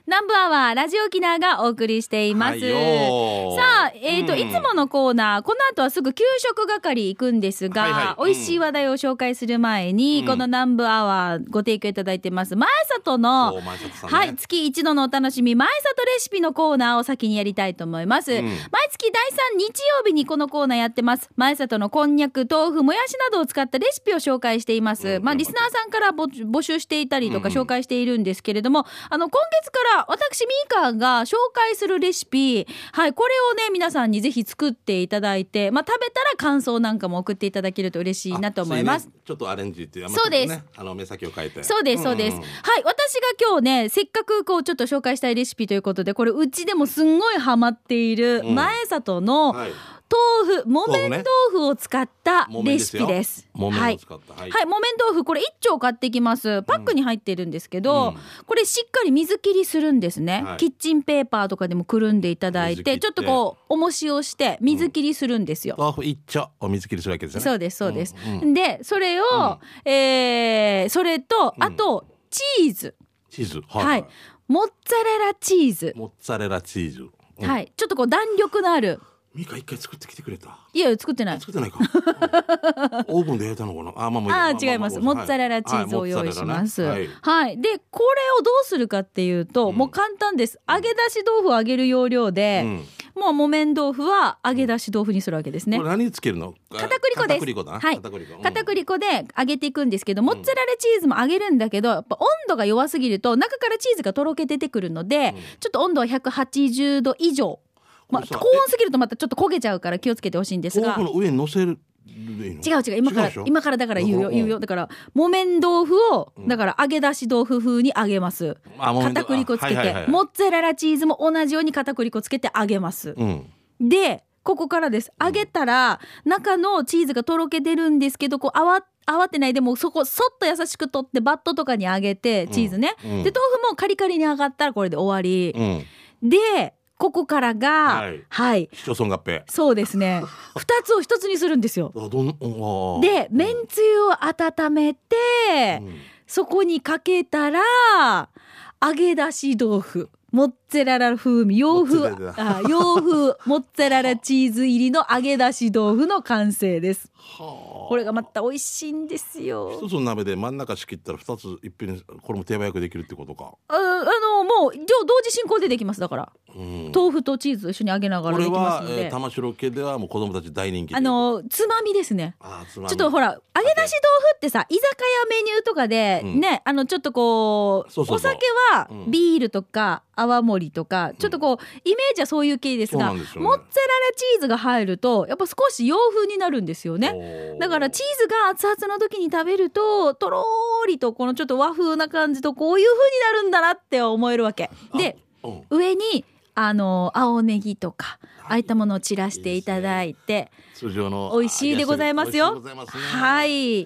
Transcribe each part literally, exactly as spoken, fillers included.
南部アワーラジオ沖縄がお送りしています、はい、さあ、えーとうん、いつものコーナー、この後はすぐ給食係行くんですが、はいはい、美味しい話題を紹介する前に、うん、この南部アワーご提供いただいてます前里の、ね、はい、月一度のお楽しみ前里レシピのコーナーを先にやりたいと思います、うん、毎月だいさん日曜日にこのコーナーやってます。前里のこんにゃく、豆腐、もやしなどを使ったレシピを紹介しています、うん、まあリスナーさんから募集していたりとか紹介しているんですけれども、うん、あの今月から私ミーカーが紹介するレシピ、はい、これをね皆さんにぜひ作っていただいて、まあ、食べたら感想なんかも送っていただけると嬉しいなと思います、 ね、ちょっとアレンジっていう、 そうです、 あの目先を変えて、 そうですそうです、うんうん、はい、私が今日ねせっかくこうちょっと紹介したいレシピということで、これうちでもすんごいハマっている前里の、うん、はい、豆腐、木綿豆腐を使ったレシピです。 木綿を使った、 はい、はい、木綿豆腐これいっ丁買ってきます。パックに入ってるんですけど、うん、これしっかり水切りするんですね、はい、キッチンペーパーとかでもくるんでいただいて、ちょっとこう重しをして水切りするんですよ、 うん、豆腐いっ丁を水切りするわけですね。 そうですそうです、うんうん、でそれを、うん、えー、それとあと、うん、チーズチーズ、はい、 はい、モッツァレラチーズ、 モッツァレラチーズ、 うん、はい、ちょっとこう弾力のある、 ミカ一回作ってきてくれた。 いや作ってない作ってないかオーブンで焼いたのかな。あ、まあもういい、 あ、違います、モッツァレラチーズを用意します、はい、 ね、 はいはい、でこれをどうするかっていうと、うん、もう簡単です。揚げ出し豆腐を揚げる要領で、うん、もう木綿豆腐は揚げ出し豆腐にするわけですね。 これ何つけるの？ 片栗粉です。 片栗粉だ、 はい、片栗粉、うん、片栗粉で揚げていくんですけど、モッツァレラチーズも揚げるんだけど、やっぱ温度が弱すぎると中からチーズがとろけ出てくるので、うん、ちょっと温度はひゃくはちじゅうど以上、まあ、高温すぎるとまたちょっと焦げちゃうから気をつけてほしいんですが、 豆腐の上に乗せる、 違う違う、今から今からだから言うよ言うよ。だから木綿豆腐をだから揚げ出し豆腐風に揚げます、うん、片栗粉つけて、はいはいはい、モッツァレラチーズも同じように片栗粉つけて揚げます、うん、でここからです。揚げたら中のチーズがとろけ出るんですけど、こう慌慌てないでもそこそっと優しく取ってバットとかに揚げて、チーズね、うんうん、で豆腐もカリカリに揚がったらこれで終わり、うん、でここからが、はい、はい、 市町村合併、 そうですねふたつをひとつにするんですよ。 どんでめんつゆを温めて、うん、そこにかけたら揚げ出し豆腐、モッツァレラ風味、洋風あ洋風モッツァレラチーズ入りの揚げ出し豆腐の完成です。はあ、これがまた美味しいんですよ。 一つの鍋で真ん中仕切ったら二ついっぺんにこれも手早くできるってことか。 あ、あのもう同時進行でできます。だから、うん、豆腐とチーズを一緒に揚げながらできますので。 これは、えー、玉城家ではもう子供たち大人気。 あのつまみですね。 あ、つまみ。 ちょっとほら揚げ出し豆腐ってさ、居酒屋メニューとかで、うん、ね、あのちょっとこう、そうそうそう、お酒はビールとか泡盛とか、うん、ちょっとこうイメージはそういう系ですが、す、ね、モッツァレラチーズが入るとやっぱ少し洋風になるんですよね。だからチーズが熱々の時に食べるととろーりとこのちょっと和風な感じとこういう風になるんだなって思えるわけで、うん、上にあの青ネギとかああいったものを散らしていただいて、 通常の美味しいでございますよ。はい。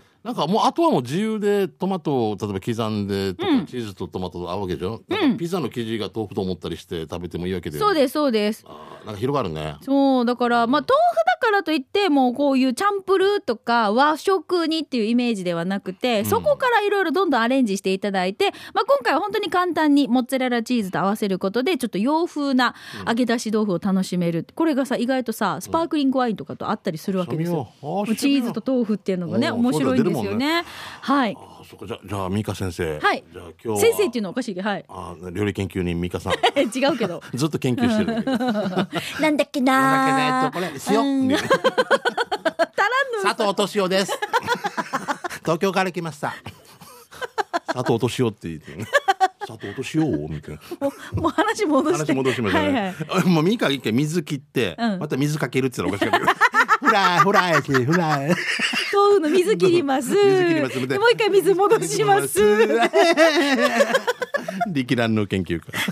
なんかもうあとはもう自由でトマトを例えば刻んでとか、うん、チーズとトマトと合うわけでしょ、うん、なんかピザの生地が豆腐と思ったりして食べてもいいわけで、 そうですそうです。 あ、なんか広がるね。 そうだから、まあ、豆腐だからといってもうこういうチャンプルーとか和食にっていうイメージではなくて、うん、そこからいろいろどんどんアレンジしていただいて、まあ、今回は本当に簡単にモッツァレラチーズと合わせることでちょっと洋風な揚げ出し豆腐を楽しめる、うん、これがさ意外とさスパークリングワインとかとあったりするわけですよ、うん、チーズと豆腐っていうのがね面白いんですよね。はい。あ、 そっか、じゃじゃあミカ先生、 はい、 じゃあ今日先生っていうのはおかしいけど、はい、 あ、料理研究人ミカさん違うけどずっと研究してるなんだっけなー、これ塩、ね、佐藤敏夫です東京から来ました佐藤敏夫って言ってね佐藤敏夫みたいなもう、もう話戻して話戻しましたね、はいはい、もうミカ一回水切って、うん、また水かけるって言ったらおかしいけどフライフライフライ豆腐の水切ります水切りますでもう一回水戻します力蘭の研究家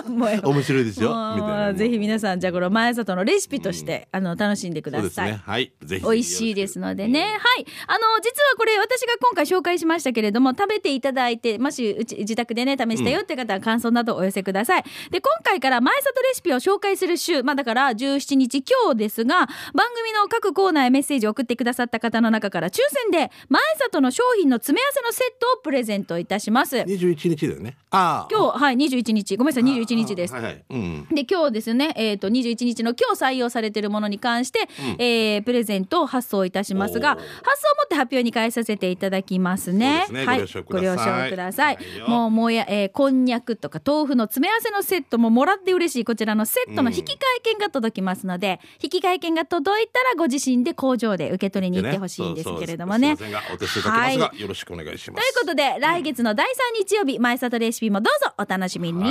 もう面白いですよみたいな。 ぜひ皆さんじゃあこの前里のレシピとして、うん、あの楽しんでください。 そうですね、はい、ぜひ美味しいですのでね、うん、はい、あの実はこれ私が今回紹介しましたけれども、食べていただいてもしうち自宅でね試したよって方は感想などお寄せください、うん、で今回から前里レシピを紹介する週、まあだからじゅうしちにち今日ですが、番組の各コーナーへメッセージを送ってくださった方の中から抽選で前里の商品の詰め合わせのセットをプレゼントいたします。 にじゅういちにちだよね。あ今日はいにじゅういちにち、ごめんなさいにじゅういちにちです、 はいはいうん、 で今日ですね、えー、とにじゅういちにちの今日採用されているものに関して、うんえー、プレゼントを発送いたしますが、発送をもって発表に返させていただきますね。 そうですね、 はい、ご了承ください、はい、もうもうや、えー、こんにゃくとか豆腐の詰め合わせのセットももらって嬉しいこちらのセットの引き換え券が届きますので、うん、引き換え券が届いたらご自身で工場で受け取りに行ってほしいんですけれどもね。 すいませんがお手数かけますが、はい、よろしくお願いします。 ということで来月のだいさん日曜日、うん、前里レシピもどうぞお楽しみに、はい、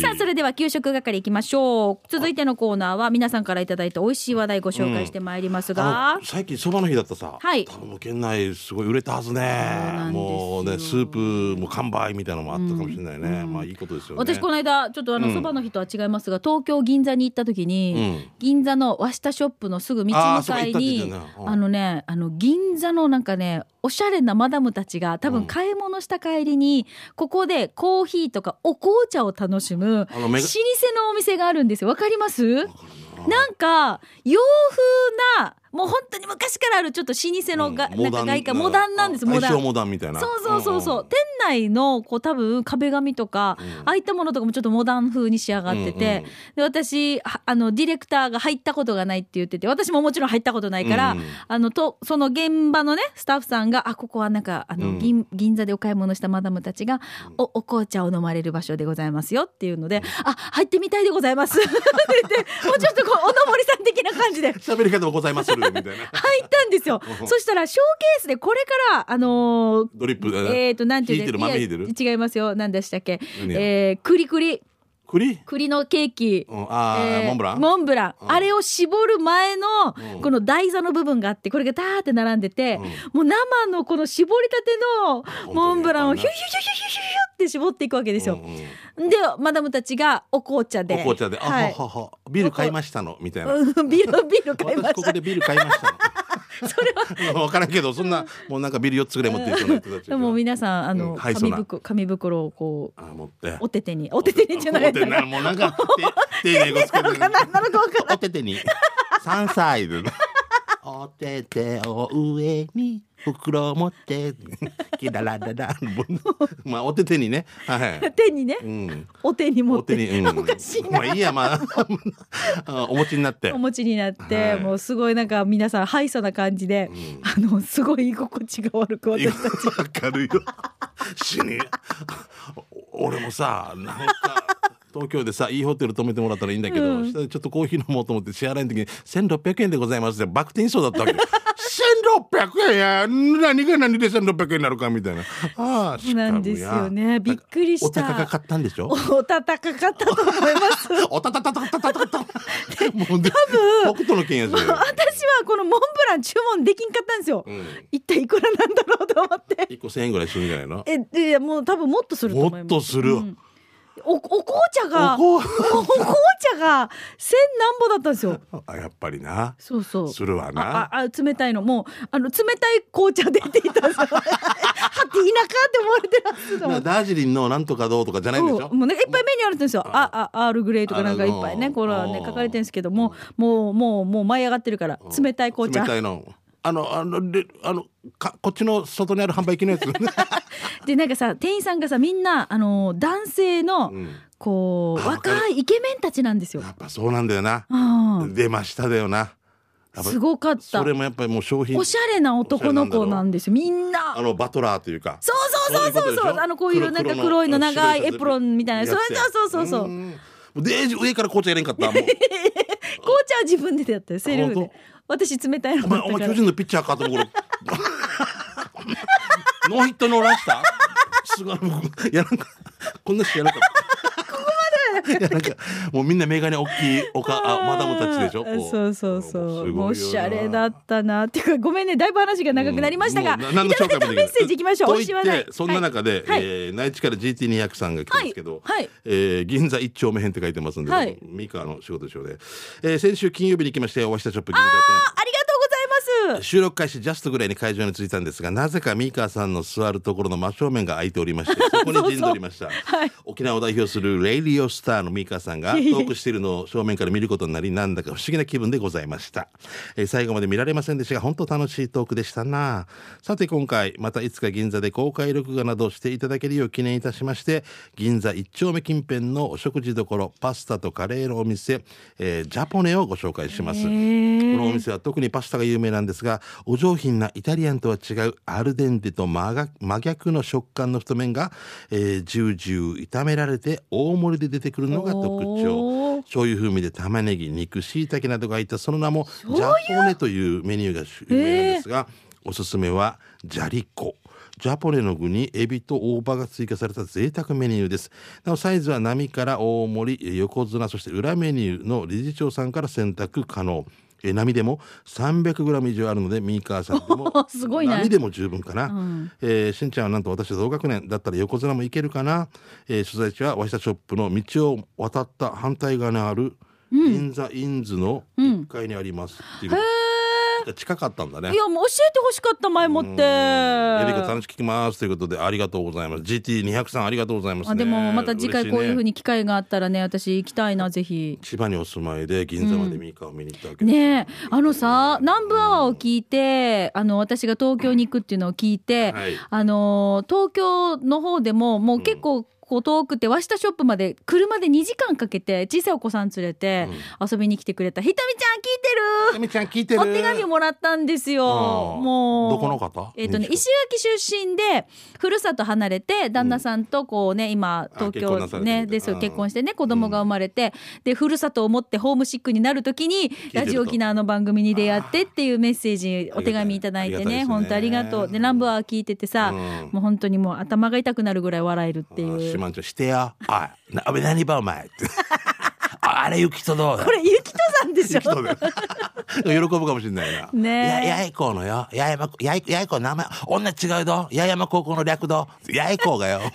さあそれでは給食係いきましょう。続いてのコーナーは皆さんからいただいた美味しい話題ご紹介してまいりますが、 うん、最近そばの日だったさ、 はい、 多分県内すごい売れたはずね。もうねスープも完売みたいなのもあったかもしれないね、うん、まあいいことですよね。 私この間ちょっとあのそばの日とは違いますが、東京銀座に行った時に、うん、銀座の和下ショップのすぐ道向かいに あ, あのねあの銀座のなんかねおしゃれなマダムたちが多分買い物した帰りに、うん、ここでコーヒーとかお紅茶を楽しむ老舗のお店があるんですよ。わかります？なんか洋風なもう本当に昔からあるちょっと老舗のが、うん、なんか外観モダンなんです。モダンモダンみたいな。 そうそうそうそう、うんうん、店内のこう多分壁紙とか、うん、ああいったものとかもちょっとモダン風に仕上がってて、うんうん、で私あのディレクターが入ったことがないって言ってて、私ももちろん入ったことないから、うん、あのとその現場のねスタッフさんがあここはなんかあの、うん、銀, 銀座でお買い物したマダムたちが、うん、お, お紅茶を飲まれる場所でございますよっていうので、うん、あ入ってみたいでございますって言ってもうちょっとこうおのぼりさん的な感じで喋り方もございますみたいな入ったんですよそしたらショーケースでこれからあのー、 ドリップえーとなんていうの豆引いてる違いますよ。何でしたっけ、えー、栗栗栗栗のケーキ、 うんあえー、モンブランモンブラン、うん、あれを絞る前のこの台座の部分があってこれがダーって並んでて、うん、もう生のこの絞りたてのモンブランをヒュヒュヒュヒュヒュヒュって絞っていくわけですよ、うんうん、でマダムたちがお紅茶でお紅茶で、はい、あはははビール買いましたのみたいな、 うん、ビールビール買いました私ここでビール買いましたのそれは分からんけどそんなもうなんかビールよっつぐらい持っていくような人たちでも皆さんあの、うん、紙袋紙袋をこうあ持ってお手手にお手手にじゃないですか。もうなんか丁寧語つけてお手手にさんさいでお手手を上に袋を持ってキララララまあお手手にね、はい、 手にね、うん、お手に持ってお手に、うん、おかしいな、 まあいいやまあお持ちになってお持ちになって、はい、もうすごいなんか皆さんハイソな感じで、うん、あのすごい居心地が悪く私たちわかるよ死に俺もさなんか東京でさいいホテル泊めてもらったらいいんだけど、うん、ちょっとコーヒー飲もうと思って支払いの時にせんろっぴゃくえんでございますってバク転しそうだったわけせんろっぴゃくえんや何が何でせんろっぴゃくえんになるかみたいなああなんですよね。びっくりした。 お高かったんでしょ。 お高かったと思いますおたたたたたたたたもう多分北斗の剣やし私はこのモンブラン注文できんかったんですよ、うん、一体いくらなんだろうと思っていっこせんえんぐらいするんじゃないの。 えいやもう多分もっとすると思います。 もっとする、うんお, お紅茶がお, お紅茶が千何ぼだったんですよあやっぱりなそうそうするわなあ, あ冷たいのもうあの冷たい紅茶出ていたんですよはって田舎って思われてますダージリンのなんとかどうとかじゃないんでしょ。 もうねいっぱいメニューあるんですよ。ああアールグレイとかなんかいっぱいねこれはね書かれてるんですけどももうもうもう舞い上がってるから冷たい紅茶冷たいのあのあのであのかこっちの外にある販売機のやつでなんかさ店員さんがさみんなあの男性の、うん、こう若いイケメンたちなんですよ。 やっぱそうなんだよな。出ましただよな。 すごかった。 それもやっぱりもう商品おしゃれな男の子なんですよみんな。 あのバトラーというかそうそうそうそうそうあのこういうなんか黒いの長いエプロンみたいなそれそうそうそうそうもうで上から紅茶入れんかったもう紅茶は自分でやったよセルフで。私冷たいのお前お前巨人のピッチャーかと思うノーヒットノーランしたすごいいやなんかこんなしやなかったここまでやなんかもうみんなメガネ大きいおかあマダムたちでしょ。 そうそうそう。もうおしゃれだっったなっていうか、ごめんねだいぶ話が長くなりましたが、 うん、 いただいたメッセージいきましょう。 と言ってそんな中で、 はいえー、内地から ジーティーにひゃく さんが来てますけど、 はいはい、 えー、銀座一丁目編って書いてますんで、はい、ミカの仕事でしょうね、えー、先週金曜日に来ましてお会いしたショップ銀座店、 ありがとうございます。 収録開始ジャストぐらいに会場に着いたんですが、なぜかミカさんの座るところの真正面が空いておりまして、そこに陣取りましたそうそう、はい、沖縄を代表するレイディオスターのミカさんがトークしているのを正面から見ることになり、なんだか不思議な気分でございました、えー、最後まで見られませんでしたが本当楽しいトークでしたな。さて今回またいつか銀座で公開録画などしていただけるよう記念いたしまして、銀座一丁目近辺のお食事処パスタとカレーのお店、えー、ジャポネをご紹介します。このお店は特にパスタが有名なんですが、お上品なイタリアンとは違うアルデンテと真逆の食感の太麺が、えー、ジュージュー炒められて大盛りで出てくるのが特徴。醤油風味で玉ねぎ、肉、椎茸などが入ったその名もジャポネというメニューが有名なんですが、おすすめはジャリコ。ジャポネの具にエビと大葉が追加された贅沢メニューです。なおサイズは並から大盛り、横綱、そして裏メニューの理事長さんから選択可能。え並でも さんびゃくグラム 以上あるのでミーカーさんでもすごいね、 並でも十分かな、うん、えー、しんちゃんはなんと私と同学年だったら横綱もいけるかな、えー、所在地はワシタショップの道を渡った反対側にある銀座インズのいっかいにありますっていう、うん、近かったんだね。 いやもう教えてほしかった前もって。エリカ楽しく聞きますということでありがとうございます。 ジーティーにひゃく さんありがとうございます、ね、 あでもまた次回こういう風に機会があったらね、私行きたいな。ぜひ千葉にお住まいで銀座までミーカーを見に行ったわけです、 うん、ねえあのさ南部アワーを聞いて、あの私が東京に行くっていうのを聞いて、はい、あの東京の方でももう結構、うんこう遠くてワシタショップまで車でにじかんかけて小さいお子さん連れて遊びに来てくれた、ひとみちゃん聞いてるひとみちゃん聞いてるお手紙をもらったんですよ。もうどこの方？ えーとね、石垣出身でふるさと離れて旦那さんとこうね、うん、今東京ねですよ結婚してね子供が生まれて、うん、でふるさとを持ってホームシックになるときにラジオ沖縄の番組に出会ってっていうメッセージお手紙いただいてね、本当ありがとう。で南部は聞いててさ、うん、もう本当にもう頭が痛くなるぐらい笑えるっていう。 しまんちゃんしてやおいな何ばお前ってあれゆきとどうこれゆきとさんでしょ喜ぶかもしれないな。ねえややいこうのよややまやいやいこう名前女違うどややま高校の略どやいこうがよ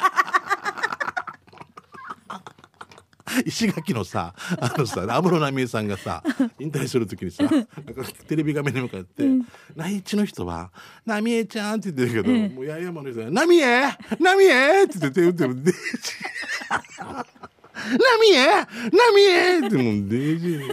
石垣のさあのさ安室奈美恵さんがさ引退するときにさなんかテレビ画面に向かって、うん、内地の人は奈美恵ちゃんって言ってるけど、うん、もう八重山の人は奈美恵奈美恵って言って手打ってるデイジー奈美恵奈美恵ってもうデイジー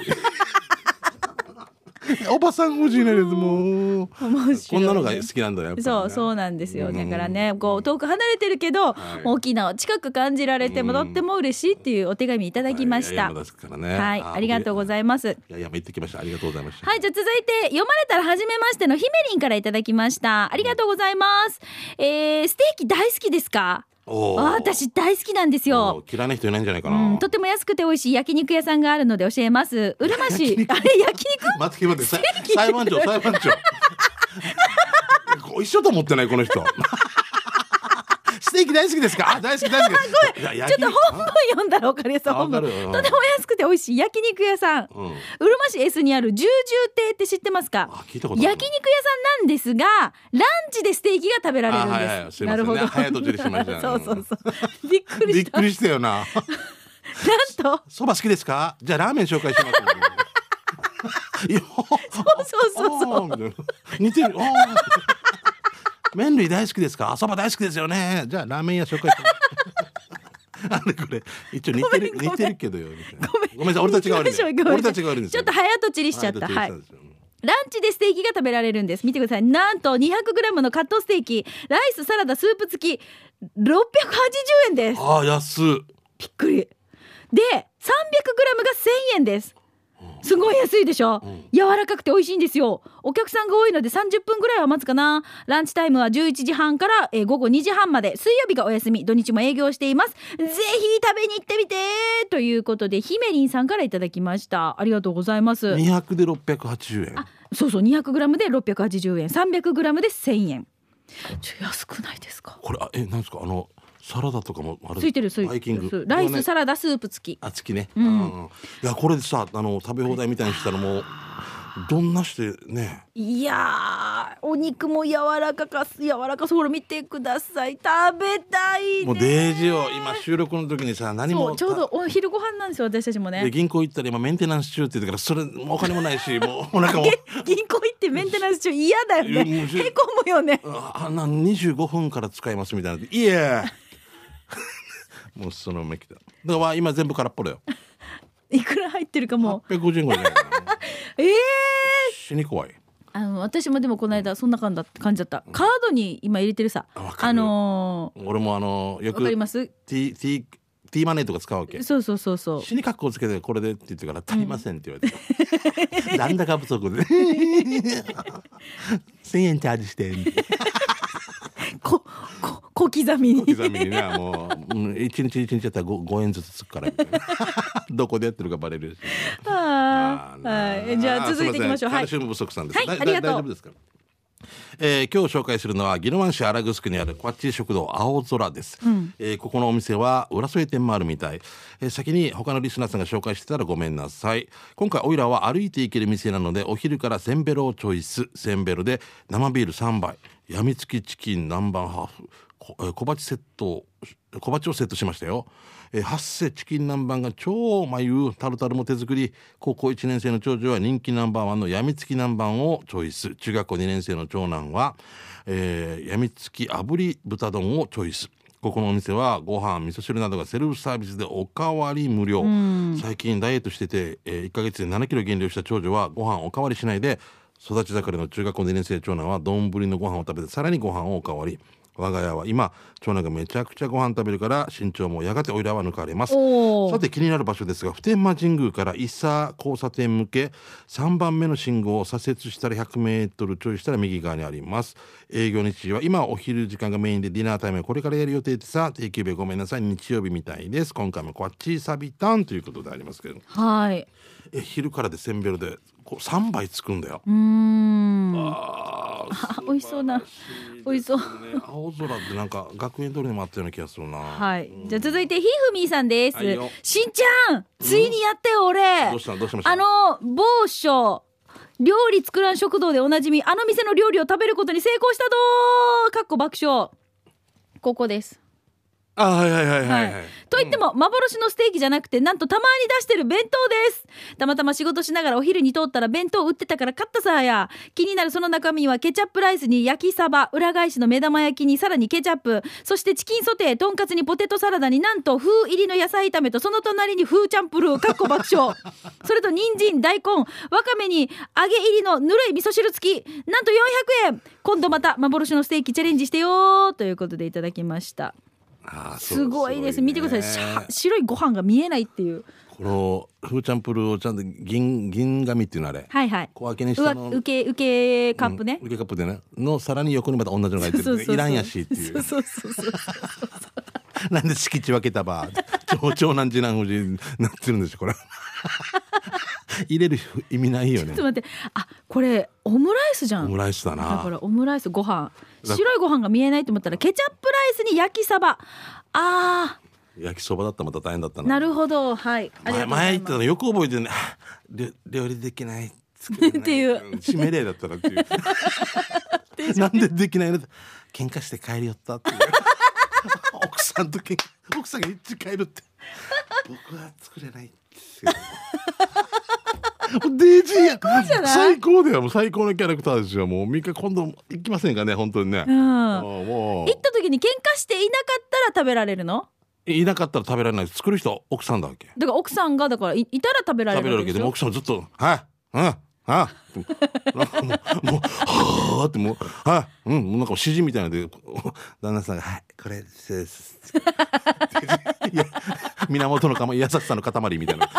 おばさん欲しいね。もうこんなのが好きなんだよ、やっぱりね。そうそうなんですよ。だからねこう遠く離れてるけど、はい、大きな近く感じられてもとっても嬉しいっていうお手紙いただきました。はい、ですからね、はい、ありがとうございます。いやいや行ってきました。ありがとうございました。はい、じゃあ続いて読まれたら初めましてのひめりんからいただきました。ありがとうございます。えー、ステーキ大好きですか？あ私大好きなんですよ。嫌いな人いないんじゃないかな、うん、とても安くて美味しい焼肉屋さんがあるので教えます。うるま市あれ焼肉待って待って裁判長裁判長一緒と思ってないこの人ステーキ大好きですか？あ大好き大好きちょっと本文読んだら分かりやすい。本文とても安くて美味しい焼肉屋さん、うん、うるま市 S にある十十亭って知ってますか？あ聞いたことある。焼肉屋さんなんですがランチでステーキが食べられるんです。はいはい、すいませんね、なるほど早とちりしましたそうそうそうびっくりしたびっくりしたよななんとそば好きですか？じゃあラーメン紹介しますいやそうそうそうそう似てる麺類大好きですか？そば大好きですよね。じゃあラーメン屋紹介しますあれこれ一応似てる似てるけどよごめんなさい俺たちが悪いんだよ俺たちが悪いんですよ。ちょっと早とちりしちゃった。はいランチでステーキが食べられるんです。見てください。なんと にひゃくグラム のカットステーキライスサラダスープ付きろっぴゃくはちじゅうえんです。あー安っびっくりで さんびゃくグラム がせんえんです。すごい安いでしょ、うん、柔らかくて美味しいんですよ。お客さんが多いのでさんじゅっぷんぐらいは待つかな。ランチタイムはじゅういちじはんから、えー、午後にじはんまで。水曜日がお休み、土日も営業しています。ぜひ食べに行ってみてということでひめりんさんからいただきました。ありがとうございます。にひゃくでろっぴゃくはちじゅうえん。あそうそう にひゃくグラム でろっぴゃくはちじゅうえん さんびゃくグラム でせんえん。ちょ安くないですかこれ？あえなんですかあのサラダとかもある。 ついてる。バイキングライス、サラダ、スープ付き。 あ、付きね、 うん、 いやこれでさ、あの食べ放題みたいにしたらもうどんなしてね。 いやー、お肉も柔らかかす、柔らかそう。ほら見てください。食べたいね。 もうデージよ。今収録の時にさ、何もそうちょうどお昼ご飯なんですよ、私たちもね。 で銀行行ったら今メンテナンス中って言ってから、それお金もないし、もうお腹も銀行行ってメンテナンス中嫌だよね。へこむよね。 あんなにじゅうごふんから使いますみたいな。いやもうそのめきだ。だから今全部空っぽだよ。 いくら入ってるかも。はっぴゃくごじゅうえんぐらいじゃないかな。 えー、 死に怖い。 あの私もでもこの間そんな感じだ感じだった。カードに今入れてるさ。 あ、 あのー、俺もあのよくわかります。 T, T, T マネーとか使うわけ。 そうそうそうそう。 死に格好つけてこれでって言ってから足りませんって言われて、残高不足でせんえんチャージしてここ小刻みに小刻みにな、もう、うん、一日一日やったら 5, ごえんずつつくからみたいなどこでやってるかバレるし。 ああ、はい、じゃあ続いていきましょう。 カルシウム不足さんです。 はい、ありがとう。 大丈夫ですか。えー、今日紹介するのは宜野湾市荒城にあるこっち食堂青空です、うん、えー、ここのお店は浦添店もあるみたい、えー、先に他のリスナーさんが紹介してたらごめんなさい。今回オイラは歩いて行ける店なのでお昼からセンベロをチョイス。センベロで生ビールさんばい、やみつきチキン南蛮ハーフ、こ、えー、小鉢セット小鉢をセットしましたよ。えー、ハッセチキン南蛮が超眉、タルタルも手作り。高校いちねん生の長女は人気ナンバーワンのやみつき南蛮をチョイス。中学校にねん生の長男は、えー、やみつき炙り豚丼をチョイス。ここのお店はご飯味噌汁などがセルフサービスでおかわり無料。最近ダイエットしてて、えー、いっかげつでななキロ減量した長女はご飯おかわりしないで、育ち盛りの中学校にねん生長男は丼のご飯を食べてさらにご飯をおかわり。我が家は今長男がめちゃくちゃご飯食べるから身長もやがておいらは抜かれます。さて気になる場所ですが、普天間神宮から伊佐交差点向けさんばんめの信号を左折したらひゃくメートルちょいしたら右側にあります。営業日時は今お昼時間がメインでディナータイムはこれからやる予定でさ、定休日ごめんなさい、日曜日みたいです。今回もこっちサビタンということでありますけど、 はい、 え昼からでせんベロでこうさんばいつくんだよ。 うーん、 ああ美味しそうな、美味しそう、ね、 青空ってなんか学園通りにもあったような気がするな。 はい、じゃあ続いてひふみーさんです、はい、しんちゃんついにやってよ、俺、 うん、どうしたどうしました。 あの某所料理作らん食堂でおなじみあの店の料理を食べることに成功したどーかっこ爆笑。ここです。 あ、はいはいはいはい、はいはい、 と言っても、うん、幻のステーキじゃなくてなんとたまに出してる弁当です。たまたま仕事しながらお昼に通ったら弁当売ってたから買ったさや。気になるその中身はケチャップライスに焼きサバ、裏返しの目玉焼きにさらにケチャップ、そしてチキンソテー、とんかつにポテトサラダになんと風入りの野菜炒めとその隣に風チャンプルーかっこ爆笑それと人参、大根、わかめに揚げ入りのぬるい味噌汁付き、なんとよんひゃくえん。今度また幻のステーキチャレンジしてよということでいただきました。 あ、 すごいです。見てください。白いご飯が見えないっていう。 このフーチャンプルーをちゃんと銀銀紙っていうのあれ。 はいはい。 小分けにしたの。 受け受けカップね。 うん、受けカップでね。のさらに横にまた同じのが入ってる。そうそうそう、いらんやしっていう。 そうそうそうそうなんで敷地分けたば。長長男次男夫人なってるんですよこれ。入れる意味ないよね。 ちょっと待って、あ、これオムライスじゃん。 オムライスだな。 だからオムライスご飯。白いご飯が見えないと思ったらケチャップライスに焼きサバ。あー、焼きそばだったらまた大変だったな。 なるほど、はい。 前前言ったのよく覚えてるね。料理できないっていう締め例だったらっていうなんでできないの。喧嘩して帰りよったっていう奥さんと喧嘩、奥さんが一致帰るって僕は作れないですよデイジーや最高だよ。もう最高のキャラクターですよ。もうみっか今度行きませんかね本当にね、 うん、もう行った時に喧嘩していなかったら食べられるの？ いなかったら食べられない。作る人奥さんだわけだから奥さんがだから い, いたら食べられるわけでしょ。 食べられるわけでも奥さんずっとはいうんはなんかもうもうはあってもうはいうんもうなんか指示みたいなので旦那さんがはいこれですいや源のかま優しさの塊みたいな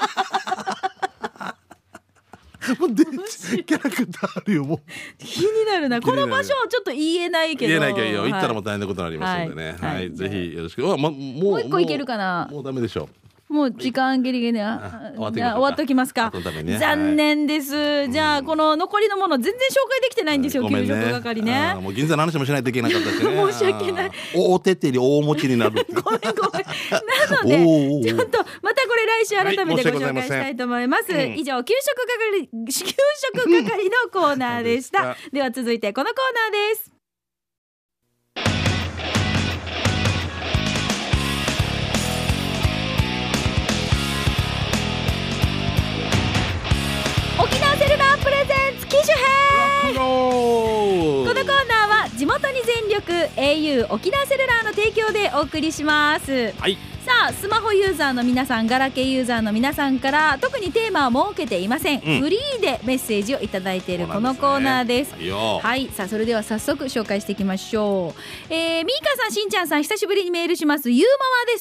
もうでキャラクターあるよ。もう気になるな。この場所はちょっと言えないけど言えないけど、はい、行ったらもう大変なことになりますのでね、はいはい、ぜひよろしく。あ、ま、もうもう一個いけるかな。 もうダメでしょう。 もう時間ギリギリね、 あ終わってきましょうかじゃあ終わっときますか。 後のためにね残念です。じゃあこの残りのもの全然紹介できてないんですよ、給ごめんね食係ねあー。もう銀座の話もしないといけなかったしね申し訳ない。 おおててに大持ちになるっていうごめんごめん。なのでおーちょっとまたこれ来週改めてごはい申し訳ござい紹ません介したいと思います。 うん以上給食係給食係のコーナーでした。 そうででは続いてこのコーナーです。沖縄セルラープレゼンツ機種編。このコーナーは地元に全力 エーユー 沖縄セルラーの提供でお送りします。 はいさあスマホユーザーの皆さん、ガラケーユーザーの皆さんから特にテーマを設けていません、 うんフリーでメッセージをいただいているこのコーナーです。 はいよはい、さあそれでは早速紹介していきましょう。えー、ミーカさん、しんちゃんさん、久しぶりにメールします。ゆうままです。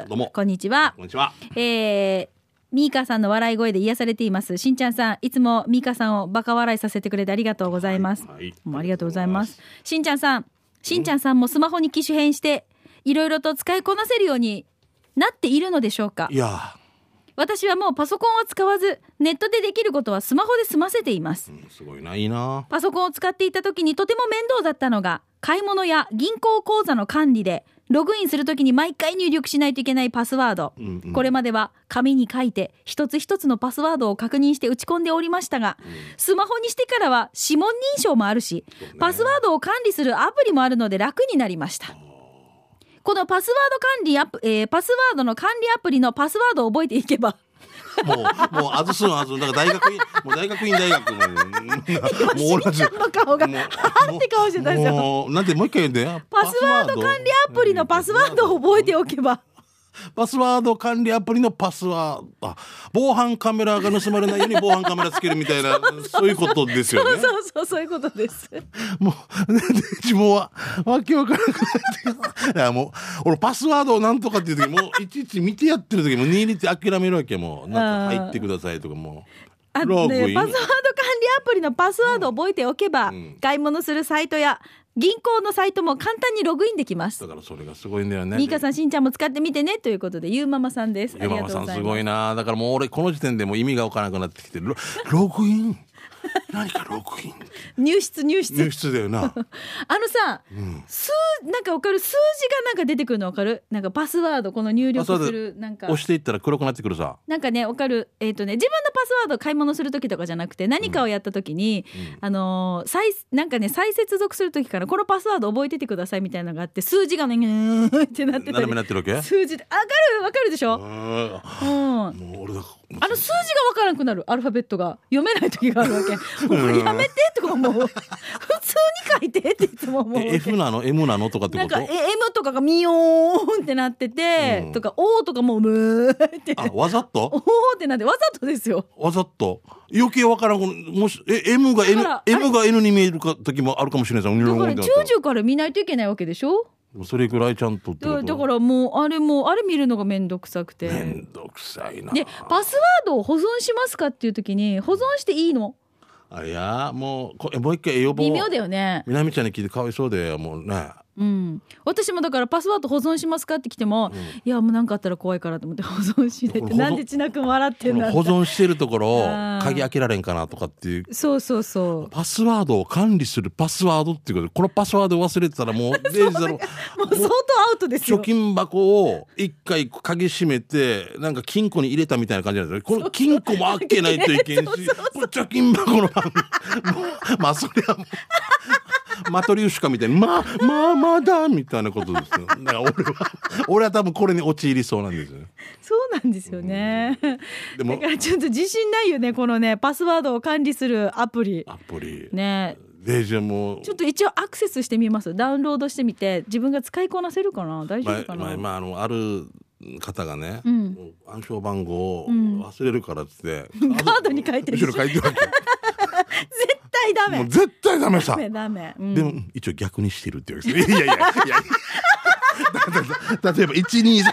どうもこんにちは。 こんにちは。 えーミーカさんの笑い声で癒されています。しんちゃんさん、いつもミーカさんをバカ笑いさせてくれてありがとうございます。 はい、 もうありがとうございます。しんちゃんさん、しんちゃんさんもスマホに機種変していろいろと使いこなせるようになっているのでしょうか。 いや私はもうパソコンを使わずネットでできることはスマホで済ませています。 ー、うん、すごいないいな。 パソコンを使っていた時にとても面倒だったのが、買い物や銀行口座の管理でログインするときに毎回入力しないといけないパスワード、 うんうん、 これまでは紙に書いて一つ一つのパスワードを確認して打ち込んでおりましたが、うん、スマホにしてからは指紋認証もあるし、ね、パスワードを管理するアプリもあるので楽になりました。このパスワード管理アプ、えー、パスワードの管理アプリのパスワードを覚えていけばもう、もう、あずすんあずん。だから大学院、もう大学院大学の。 もうしんちゃんの顔が、はーって顔してたんですよ。 もう、なんでもう一回言うんだよ。 パスワード管理アプリのパスワードを覚えておけば。 パスワード管理アプリのパスワード、あ、防犯カメラが盗まれないように防犯カメラつけるみたいな、そういうことですよね。 そうそうそう、そういうことです。 もう、自分はわけわからなくなって、いやもう、俺パスワードをなんとかっていう時もういちいち見てやってる時も握って諦めるわけ。もうなんか入ってくださいとかもう。 あ、ね、パスワード管理アプリのパスワードを覚えておけば、うん、買い物するサイトや銀行のサイトも簡単にログインできます。 だからそれがすごいんだよね。 ミーカさん、しんちゃんも使ってみてねということで、ゆうママさんです。 ゆうママさんすごいな。だからもう俺この時点でもう意味がわからなくなってきて、ロ, ログイン何かログイン入室入室入室だよな。あのさ、うん、数なんかわかる、数字がなんか出てくるのわかる、なんかパスワードこの入力するなんか押していったら黒くなってくるさ。 なんかねわかる、えっ、ー、とね自分のパスワード買い物する時とかじゃなくて何かをやった時に、うん、あのー、再なんかね再接続する時からこのパスワード覚えててくださいみたいなのがあって、数字がねーってなってたり、 斜めになってるわけ。 数字でわかるわかるでしょ。うん、もう俺だあの数字がわからなくなる、アルファベットが読めない時があるわけ。もうやめてとか思う。普通に書いてっていつも思う。 F なの M なのとかってこと。 なんか M とかがミヨーンってなってて、うん、とか O とかもムーって。 あ、わざと O ってなってわざとですよ。 わざと余計わからん。もしえ M が N M が N に見えるか時もあるかもしれないです。 だから中々から見ないといけないわけでしょ。 それぐらいちゃんとってこと。 だからもうあれもあれ見るのがめんどくさくて。 めんどくさいな。 でパスワードを保存しますかっていう時に保存していいの？ あれやもうこもう一回予防。 微妙だよね。 みなみちゃんに聞いてかわいそうでもうね。 うん、私もだからパスワード保存しますかって来ても、うん、いやもう何かあったら怖いからと思って保存しないって。なんでちなくん笑ってんだ。 保存してるところを鍵開けられんかなとかっていう。 そうそうそう。 パスワードを管理するパスワードっていうことで、このパスワード忘れてたらもうレイジだろもう相当アウトですよ。 貯金箱を一回鍵閉めてなんか金庫に入れたみたいな感じなんですよ。この金庫も開けないといけんし、貯金箱の番号まあそれはもうマトリューシュカみたいにまあまあまだみたいなことですよ。だから俺は俺は多分これに陥りそうなんですよ。 そうなんですよね、うん、でもだからちょっと自信ないよね、このねパスワードを管理するアプリアプリね。 でじゃあもうちょっと一応アクセスしてみます。ダウンロードしてみて自分が使いこなせるかな、大丈夫かな。 まあ、まあ、あのある方がね、 うん、 暗証番号を忘れるからっつって、 うん、カードに書いてる。 後ろ書いてるわけ絶対ダメ。 もう絶対ダメさ。 ダメダメ、うん、 でも一応逆にしてるって言うんですよ。いやいやいやいやだ例えばいちにさ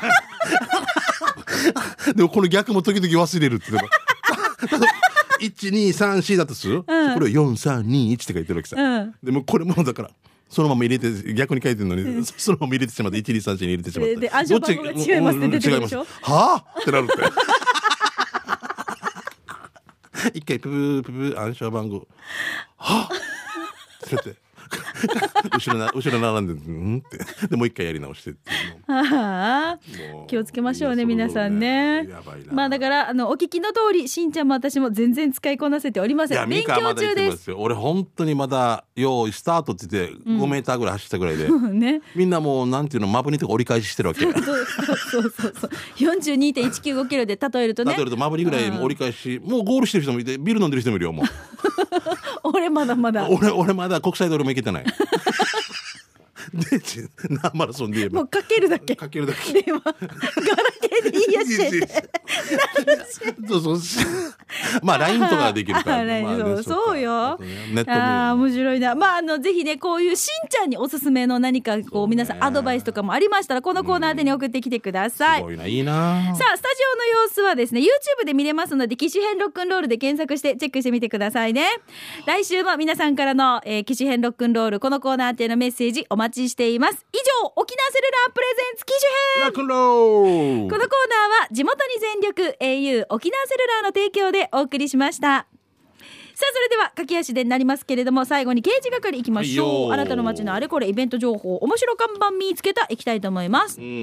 んでもこの逆も時々忘れるって言えばいちにさんしだとする、うん、これをよんさんにいちって書いてるわけさ、 うん、 でもこれもだからそのまま入れて逆に書いてるのに、うん、そのまま入れてしまっていちにさんよんに入れてしまって、 で暗証番号が違いますって出てるでしょ。 はあってなるって一回プープー暗証番号はあってって後ろな後ろ並んでうんってでもう一回やり直してっていうのあ気をつけましょうね皆さんね。やばいな。まあだからあのお聞きの通りしんちゃんも私も全然使いこなせておりません。勉強中です。 俺本当にまだ用意スタートって言ってごメーターぐらい走ったぐらいで、うんね、みんなもうなんていうのマブニとか折り返ししてるわけ。そうそうそうそう よんじゅうにてんいちきゅうご キロで例えるとね、 例えるとマブニぐらい折り返し、うん、もうゴールしてる人もいてビール飲んでる人もいるよもう俺まだまだ俺俺まだ国際通りも行けてないで何マラソンで言えばもうかけるだけかけるだけではガラケーでいいやしそうそうまあ ライン とかできるから、 まあね、そうそうよ、 ネットあ面白いな。まああのぜひねこういうしんちゃんにおすすめの何かこう皆さんアドバイスとかもありましたらこのコーナーでに送ってきてください。 すごいないいな。 さあスタジオの様子はですね YouTube で見れますので機種編ロックンロールで検索してチェックしてみてくださいね。来週も皆さんからの、えー、機種編ロックンロールこのコーナー宛てのメッセージお待ちしています。以上沖縄セルラープレゼンツ機種編ロックンロール。 このコーナーは地元に全力 エーユー 沖縄セルラーの提供でお送りしました。さあそれでは駆け足でなりますけれども最後に刑事係いきましょう。あなたの街のあれこれイベント情報面白看板見つけたいきたいと思います。 うん、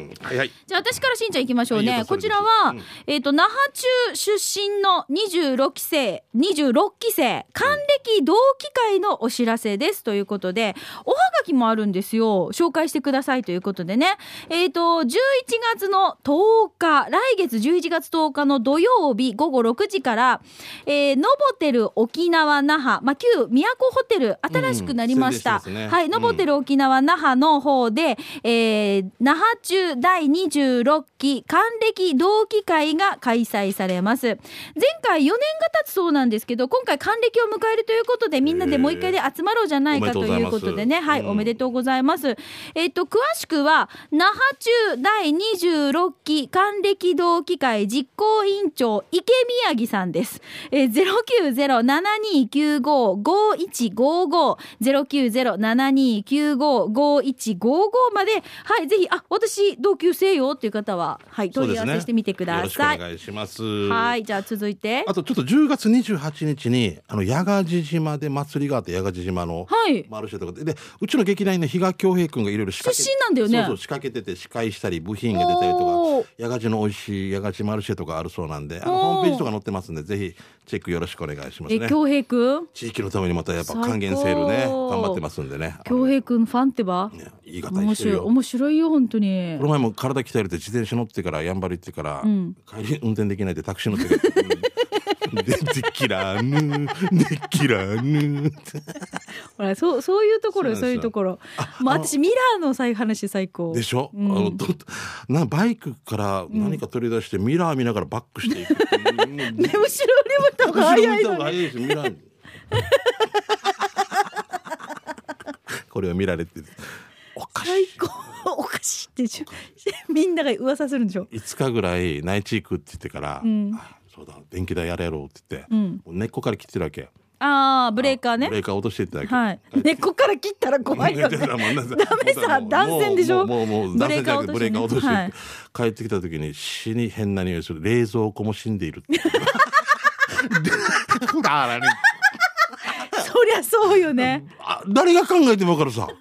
はいはい、 じゃあ私からしんちゃんいきましょうね、はい、こちらは、うんえー、と那覇中出身のにじゅうろくきせいにじゅうろっきせい還暦同期会のお知らせですということでおはがきもあるんですよ。紹介してくださいということでね、えー、とじゅういちがつのとおか来月じゅういちがつとおかの土曜日ごごろくじから、えー、ノボテル沖縄那覇、まあ、旧都ホテル新しくなりました、うんね、はい、ノボテル沖縄那覇の方で、えー、那覇中だいにじゅうろっき還暦同期会が開催されます。前回よねんが経つそうなんですけど今回還暦を迎えるということでみんなでもう一回で集まろうじゃないかということでね、はい、おめでとうございます。えっと詳しくは那覇中だいにじゅうろっき還暦同期会実行委員長池宮城さんです。えー、ゼロきゅうゼロななにきゅうご ごいちごご ゼロきゅうゼロななにきゅうご ごいちごごまで、はい、ぜひあ私同級生よっていう方は、はい、問い合わせしてみてください、ね、よろしくお願いします。はい、じゃあ続いてあとちょっとじゅうがつにじゅうはちにちにあの八ヶ地島で祭りがあって八ヶ地島のマルシェとかで、はい、でうちの劇団員の比嘉恭平君がいろいろ仕掛け出身なんだよね。 そうそう仕掛けてて司会したり部品が出たりとか八ヶ地の美味しい八ヶ地マルシェとかあるそうなんであのホームページとか載ってますんでぜひチェックよろしくお願いしますね。 え恭平君地域のためにまたやっぱ還元セールね頑張ってますんでね。 恭平君ファンってばいい方してるよ。 面白いよ本当に。 この前も体鍛えるって自転車乗ってからやんばる行ってから、うん、帰り運転できないでタクシー乗ってから、うん、でできらぬできらぬほらそうそういうところそういうところもう私ミラーの再話最高でしょ、うん、あのどなバイクから何か取り出してミラー見ながらバックしていく、 うん、ね後ろに向いた方が早いのに早いですミラーこれを見られておかしい最高おかしいってみんなが噂するんでしょ。 いつかぐらい内地行くって言ってから、うん、そうだ電気代やれやろうって言って、うん、根っこから切ってるわけ。 ああブレーカーねブレーカー落としていったわけ、 はい、根っこから切ったら怖いよねダメさ断線でしょ。 もうもうもう断線じゃなくてブレーカー落として、はい、帰ってきた時に死に変な匂いする冷蔵庫も死んでいるってだからねそりゃそうよね。 あ誰が考えても分かるさ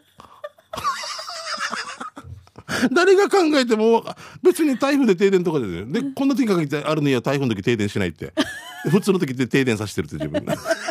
誰が考えても別に台風で停電とかで、ね、でこんな時かけてあるのには台風の時停電しないって普通の時って停電させてるって自分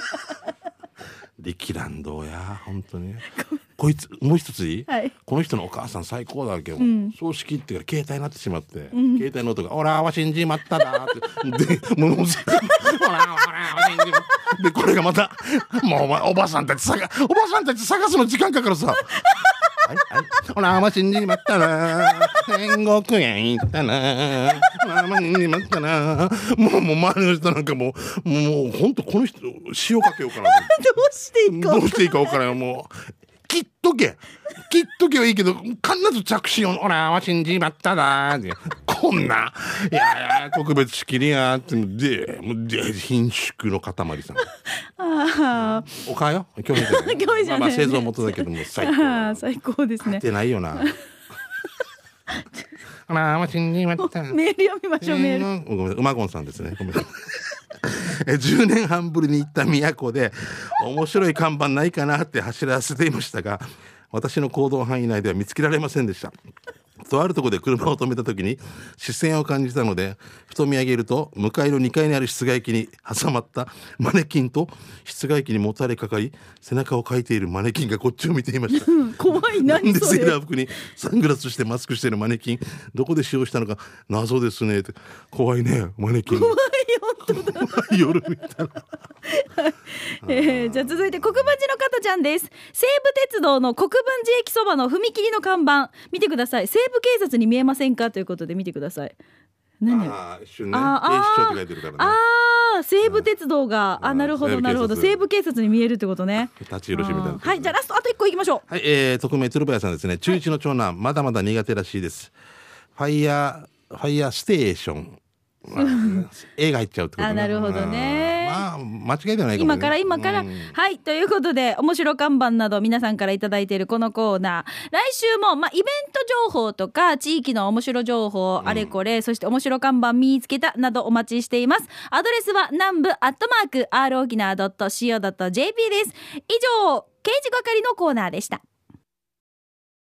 力蘭道や本当にこいつもう一ついい、はい、この人のお母さん最高だわけよ、うん、葬式ってから携帯になってしまって、うん、携帯の音がオラは信じまっただってでもうオラは信じまったでこれがまたもうお前おばさんたち探おばさんたち探すの時間かかるさはいはい、ほらま信じまったな天国へ行ったなほらま信じまったなもうもう周りの人なんかもうもう本当この人塩かけようかなどうしていいかどうしていいか分からんよもう切っとけ切っとけはいいけど必ず着信をほらま信じまったなってここんないやいや特別式にやってでもうで貧縮の塊さんあおかよ興味じゃない興味じゃないねまあまあ製造元だけども最高あ最高ですね。 ってないよなあらまちんにまったメール読みましょう。メール。 ごめんなさい馬ゴンさんですねごめんなさいえじゅうねんはんぶりに行った都で面白い看板ないかなって走らせていましたが私の行動範囲内では見つけられませんでした。とあるところで車を止めた時に視線を感じたのでふと見上げると向かいのにかいにある室外機に挟まったマネキンと室外機にもたれかかり背中をかいているマネキンがこっちを見ていました。 怖い。何それ。 でセーラー服にサングラスしてマスクしているマネキンどこで使用したのか謎ですねって。怖いねマネキン。 怖い本当だ夜見たらえー、じゃあ続いて国分寺の方ちゃんです。西武鉄道の国分寺駅そばの踏切の看板見てください。西部警察に見えませんかということで見てください。何あ一瞬ねあー警視庁って書いてるからね。 あー西武鉄道が、うん、あなるほどなるほど西部警察に見えるってことね。 立ち許しみたいな、ね、 はいじゃあラストあといっこいきましょう。 はい、えー、匿名鶴林さんですね。中いちの長男、はい、まだまだ苦手らしいです。ファイヤーファイヤーステーションまあ、映画入っちゃうってことね。 あなるほどね。 まあ間違いではないかもね。 今から今から、うん、はいということで面白看板など皆さんからいただいているこのコーナー来週も、まあ、イベント情報とか地域の面白情報、うん、あれこれそして面白看板見つけたなどお待ちしています。アドレスは南部アットマーク アール 沖縄 ドット シーオー ドット ジェーピー です。以上刑事係のコーナーでした。